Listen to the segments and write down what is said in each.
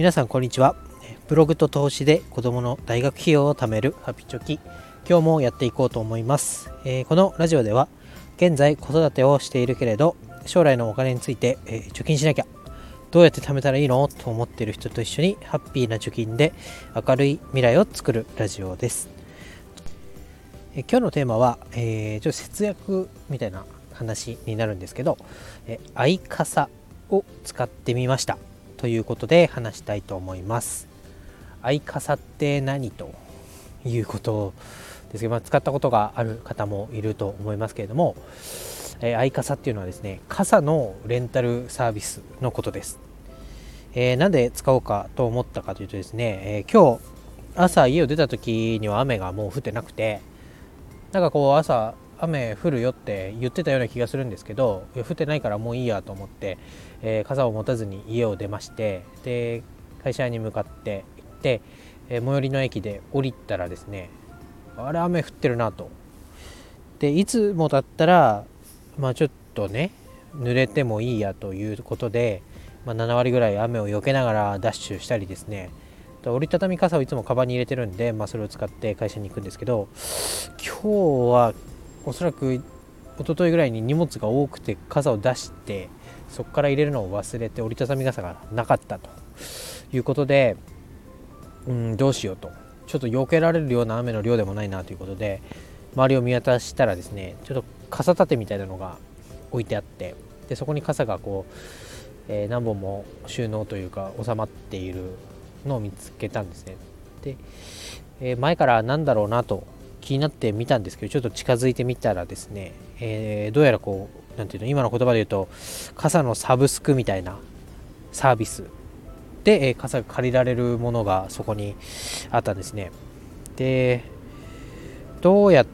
皆さんこんにちは。ブログと投資で子供の大学費用を貯めるハピチョキ、今日もやっていこうと思います。このラジオでは現在子育てをしているけれど将来のお金について、貯金しなきゃ、どうやって貯めたらいいのと思っている人と一緒にハッピーな貯金で明るい未来を作るラジオです。今日のテーマは、ちょっと節約みたいな話になるんですけど、相傘を使ってみましたということで話したいと思います。相傘って何ということですけど、使ったことがある方もいると思いますけれども、相傘っていうのはですね、傘のレンタルサービスのことです。なんで使おうかと思ったかというとですね、今日朝家を出た時には雨がもう降ってなくて、なんかこう朝雨降るよって言ってたような気がするんですけど、降ってないからもういいやと思って、傘を持たずに家を出まして、で会社に向かって行って、最寄りの駅で降りたらですね、あれ雨降ってるなと。でいつもだったらちょっとね濡れてもいいやということで、7割ぐらい雨を避けながらダッシュしたりですね、折りたたみ傘をいつもカバンに入れてるんで、それを使って会社に行くんですけど、今日はおそらく一昨日ぐらいに荷物が多くて傘を出してそこから入れるのを忘れて折りたたみ傘がなかったということで、どうしようと、ちょっと避けられるような雨の量でもないなということで周りを見渡したらですね、ちょっと傘立てみたいなのが置いてあって、でそこに傘がこう、何本も収納というか収まっているのを見つけたんですね。で、前からなんだろうなと気になってみたんですけど、ちょっと近づいてみたらですね、どうやらこうなんていうの、今の言葉で言うと傘のサブスクみたいなサービスで、傘が借りられるものがそこにあったんですね。でどうやって、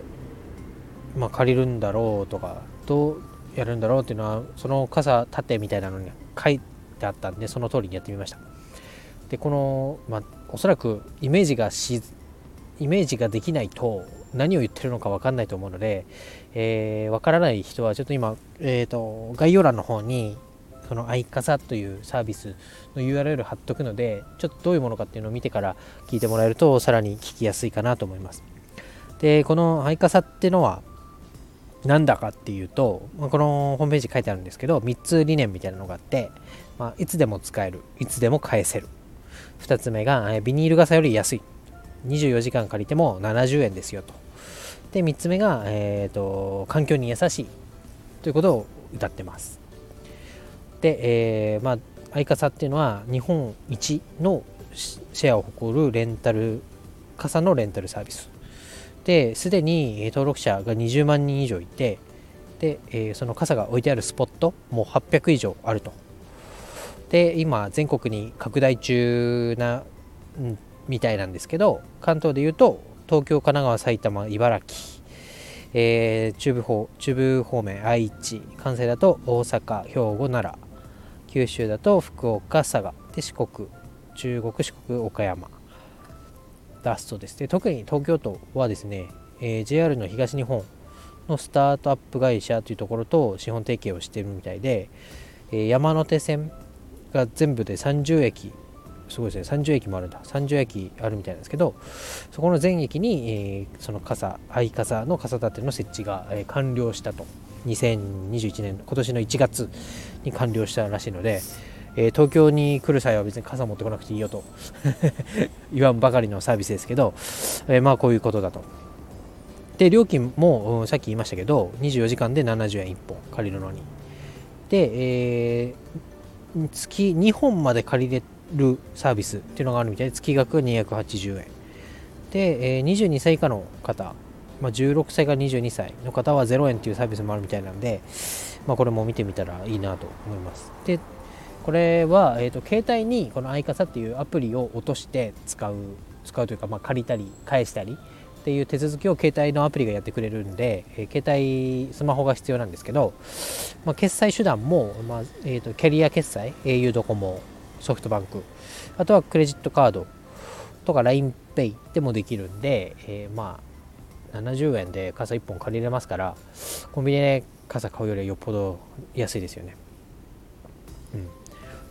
借りるんだろうとか、どうやるんだろうっていうのはその傘立てみたいなのに書いてあったんで、その通りにやってみました。でこの、おそらくイメージができないと何を言ってるのか分かんないと思うので、分からない人はちょっと今、概要欄の方にその相傘というサービスの URL 貼っとくので、ちょっとどういうものかっていうのを見てから聞いてもらえるとさらに聞きやすいかなと思います。でこの相傘っていうのはなんだかっていうと、このホームページ書いてあるんですけど、3つ理念みたいなのがあって、いつでも使える、いつでも返せる。2つ目がビニール傘より安い、24時間借りても70円ですよと。で3つ目が、環境に優しいということを謳ってます。で、相傘っていうのは日本一のシェアを誇る傘のレンタルサービスですでに登録者が20万人以上いて、で、その傘が置いてあるスポットも800以上あると。で今全国に拡大中みたいなんですけど、関東でいうと東京、神奈川、埼玉、茨城、中部方面愛知、関西だと大阪、兵庫、奈良、九州だと福岡、佐賀で、四国、四国、岡山だそうです。で特に東京都はですね、JR の東日本のスタートアップ会社というところと資本提携をしているみたいで、山手線が全部で30駅、すごいですね、30駅もあるんだ、30駅あるみたいなんですけど、そこの全駅に、その相傘の傘立ての設置が、完了したと。2021年今年の1月に完了したらしいので、東京に来る際は別に傘持ってこなくていいよと言わんばかりのサービスですけど、こういうことだと。で料金も、さっき言いましたけど24時間で70円1本借りるのに。で、月2本まで借りれるサービスっていうのがあるみたいで、月額280円で、22歳以下の方、16歳から22歳の方は0円っていうサービスもあるみたいなんで、これも見てみたらいいなと思います。でこれは、携帯にこの相傘っていうアプリを落として使うというか、借りたり返したりっていう手続きを携帯のアプリがやってくれるんで、携帯スマホが必要なんですけど、決済手段も、キャリア決済 au ドコモ、ソフトバンク、あとはクレジットカードとか LINEPay でもできるんで、70円で傘1本借りれますから、コンビニで傘買うよりはよっぽど安いですよね。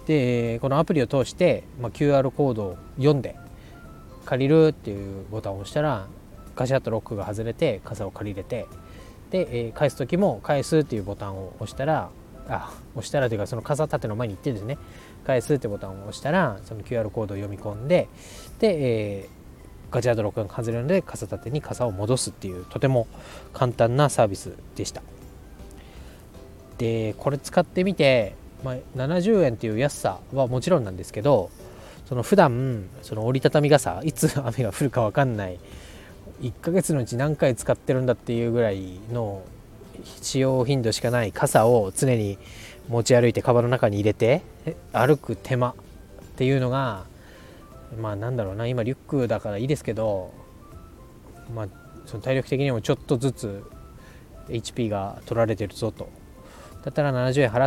でこのアプリを通して、QR コードを読んで借りるっていうボタンを押したらガシャッとロックが外れて傘を借りれて、で、返す時も返すっていうボタンを押したらというかその傘立ての前に行ってですね、返すってボタンを押したらその QR コードを読み込んで、で、ガチャッとロックが外れるので傘立てに傘を戻すっていうとても簡単なサービスでした。でこれ使ってみて、70円っていう安さはもちろんなんですけど、その普段その折りたたみ傘いつ雨が降るか分かんない1ヶ月のうち何回使ってるんだっていうぐらいの使用頻度しかない傘を常に持ち歩いてカバンの中に入れて歩く手間っていうのが、なんだろうな、今リュックだからいいですけど、その体力的にもちょっとずつ HP が取られてるぞと。だったら70円払って、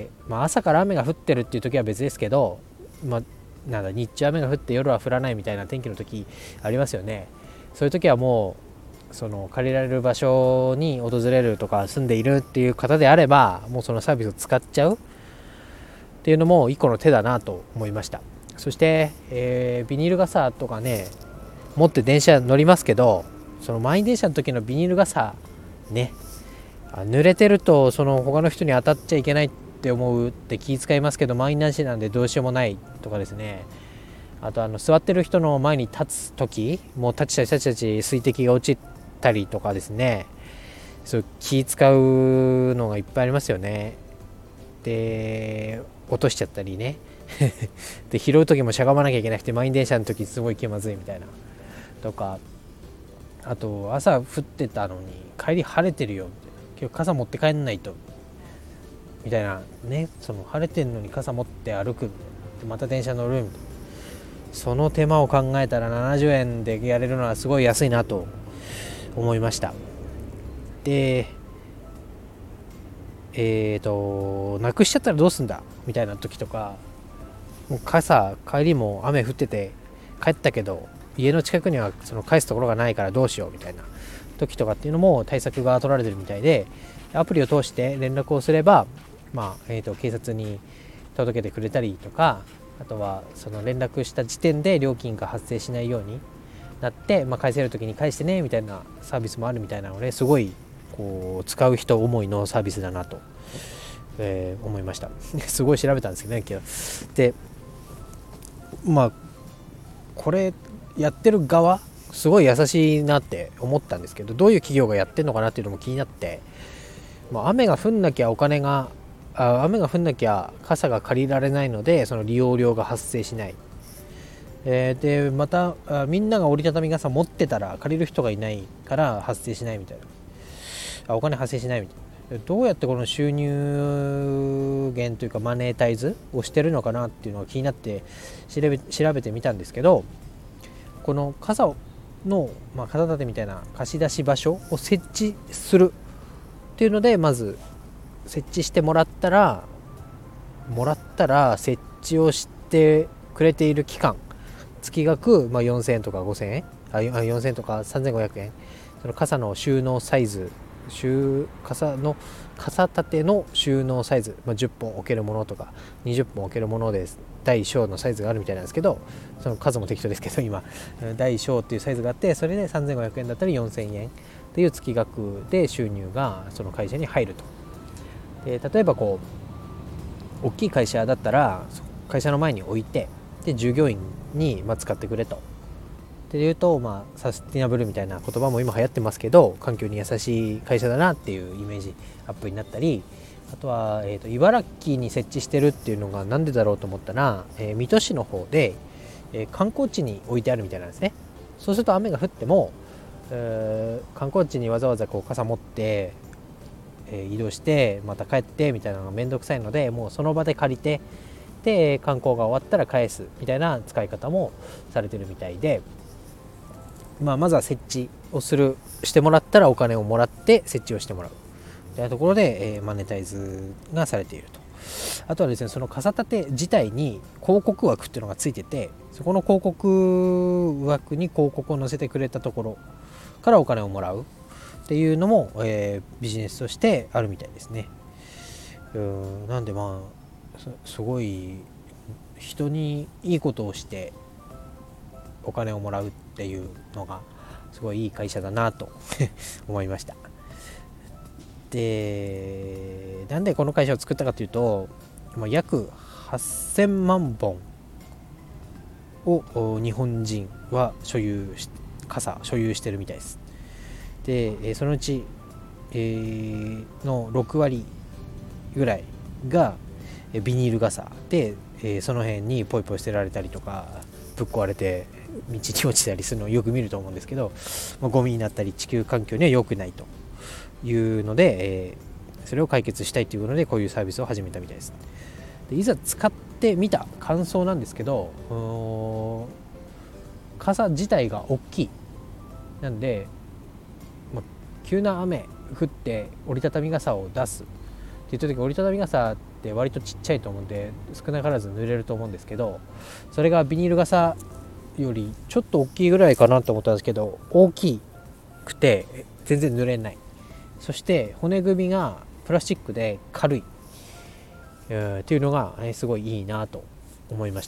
朝から雨が降ってるっていう時は別ですけど、日中雨が降って夜は降らないみたいな天気の時ありますよね。そういう時はもうその借りられる場所に訪れるとか住んでいるっていう方であればもうそのサービスを使っちゃうっていうのも一個の手だなと思いました。そして、ビニール傘とかね持って電車乗りますけど、その満員電車の時のビニール傘ね、濡れてるとその他の人に当たっちゃいけないって思うって気遣いますけど、満員電車なんでどうしようもないとかですね。あと座ってる人の前に立つ時もう立ち水滴が落ちたりとかですね、そう気使うのがいっぱいありますよね。で落としちゃったりねで拾う時もしゃがまなきゃいけなくて満員電車の時すごい気まずいみたいなとか、あと朝降ってたのに帰り晴れてるよ、今日傘持って帰んないとみたいなね、その晴れてんのに傘持って歩く、また電車乗るみたいな、その手間を考えたら70円でやれるのはすごい安いなと思いました。でなくしちゃったらどうすんだみたいな時とか、もう傘帰りも雨降ってて帰ったけど家の近くにはその返すところがないからどうしようみたいな時とかっていうのも対策が取られてるみたいで、アプリを通して連絡をすれば、警察に届けてくれたりとか、あとはその連絡した時点で料金が発生しないようになって、返せる時に返してねみたいなサービスもあるみたいなので、すごいこう使う人思いのサービスだなと、思いましたすごい調べたんですけどね今日で、これやってる側すごい優しいなって思ったんですけど、どういう企業がやってんのかなっていうのも気になって、雨が降んなきゃ雨が降んなきゃ傘が借りられないのでその利用料が発生しない、でまたみんなが折りたたみ傘持ってたら借りる人がいないから発生しないみたいな、お金発生しないみたいな、どうやってこの収入源というかマネータイズをしてるのかなっていうのが気になって調べてみたんですけど、この傘の、傘立てみたいな貸し出し場所を設置するっていうので、まず設置してもらったら設置をしてくれている期間月額、4000円とか5000円4000円とか3500円、その傘の収納サイズ傘立ての収納サイズ、10本置けるものとか20本置けるものです。大小のサイズがあるみたいなんですけど、その数も適当ですけど今大小っていうサイズがあって、それで3500円だったり4000円っていう月額で収入がその会社に入ると。で例えばこう大きい会社だったら会社の前に置いて、で従業員に使ってくれと。でいうと、サスティナブルみたいな言葉も今流行ってますけど、環境に優しい会社だなっていうイメージアップになったり、あとは、茨城に設置してるっていうのがなんでだろうと思ったら、水戸市の方で、観光地に置いてあるみたいなんですね。そうすると雨が降っても、観光地にわざわざこう傘持って、移動してまた帰ってみたいなのがめんどくさいので、もうその場で借りて、で観光が終わったら返すみたいな使い方もされてるみたいで、まずは設置をしてもらったらお金をもらって設置をしてもらうみたいなところで、マネタイズがされていると。あとはですね、その傘立て自体に広告枠っていうのがついてて、そこの広告枠に広告を載せてくれたところからお金をもらうっていうのも、ビジネスとしてあるみたいですね。なんですごい人にいいことをしてお金をもらうっていうのがすごいいい会社だなと思いました。で、なんでこの会社を作ったかというと、約8000万本を日本人は傘所有してるみたいです。でそのうち、の6割ぐらいがビニール傘で、その辺にポイポイ捨てられたりとかぶっ壊れて道に落ちたりするのをよく見ると思うんですけど、ゴミになったり地球環境には良くないというので、それを解決したいというのでこういうサービスを始めたみたいです。でいざ使ってみた感想なんですけど、傘自体が大きいなんで、急な雨降って折りたたみ傘を出すって言った時、折りたたみ傘って割とちっちゃいと思うんで少なからず濡れると思うんですけど、それがビニール傘よりちょっと大きいぐらいかなと思ったんですけど、大きくて全然濡れない。そして骨組みがプラスチックで軽い、っていうのが、すごいいいなと思いました。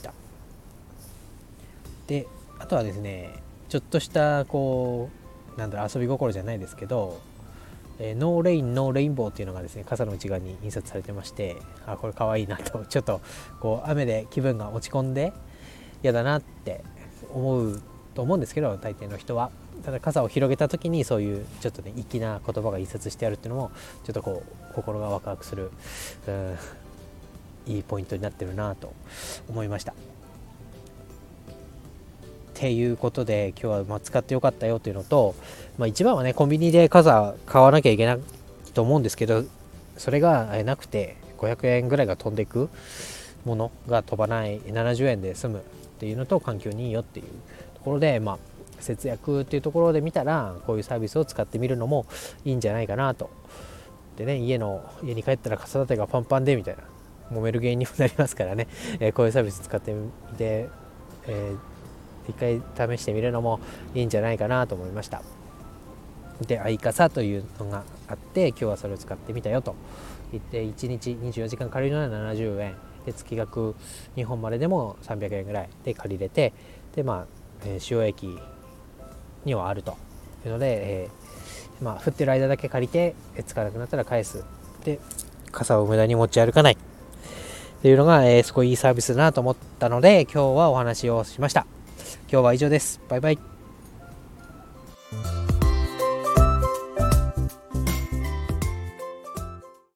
であとはですね、ちょっとした遊び心じゃないですけど、ノーレインノーレインボーっていうのがですね、傘の内側に印刷されてまして、これかわいいなと、ちょっと雨で気分が落ち込んで嫌だなって思うと思うんですけど、大抵の人は。ただ傘を広げた時にそういうちょっとね粋な言葉が印刷してあるっていうのもちょっと心がワクワクする、いいポイントになってるなと思いました。っていうことで今日は使ってよかったよというのと、一番はねコンビニで傘買わなきゃいけないと思うんですけど、それがなくて500円ぐらいが飛んでいくものが飛ばない70円で済むっていうのと環境にいいよっていうところで、節約っていうところで見たらこういうサービスを使ってみるのもいいんじゃないかなと。でね、家に帰ったら傘立てがパンパンでみたいな揉める原因にもなりますからね、こういうサービス使ってみて、一回試してみるのもいいんじゃないかなと思いました。で、アイカサというのがあって今日はそれを使ってみたよと言って、1日24時間借りるのは70円で、月額日本まででも300円ぐらいで借りれて、で使用益にはあるというので、降ってる間だけ借りて使わなくなったら返す。で、傘を無駄に持ち歩かないっていうのが、すごいいいサービスだなと思ったので今日はお話をしました。今日は以上です。バイバイ。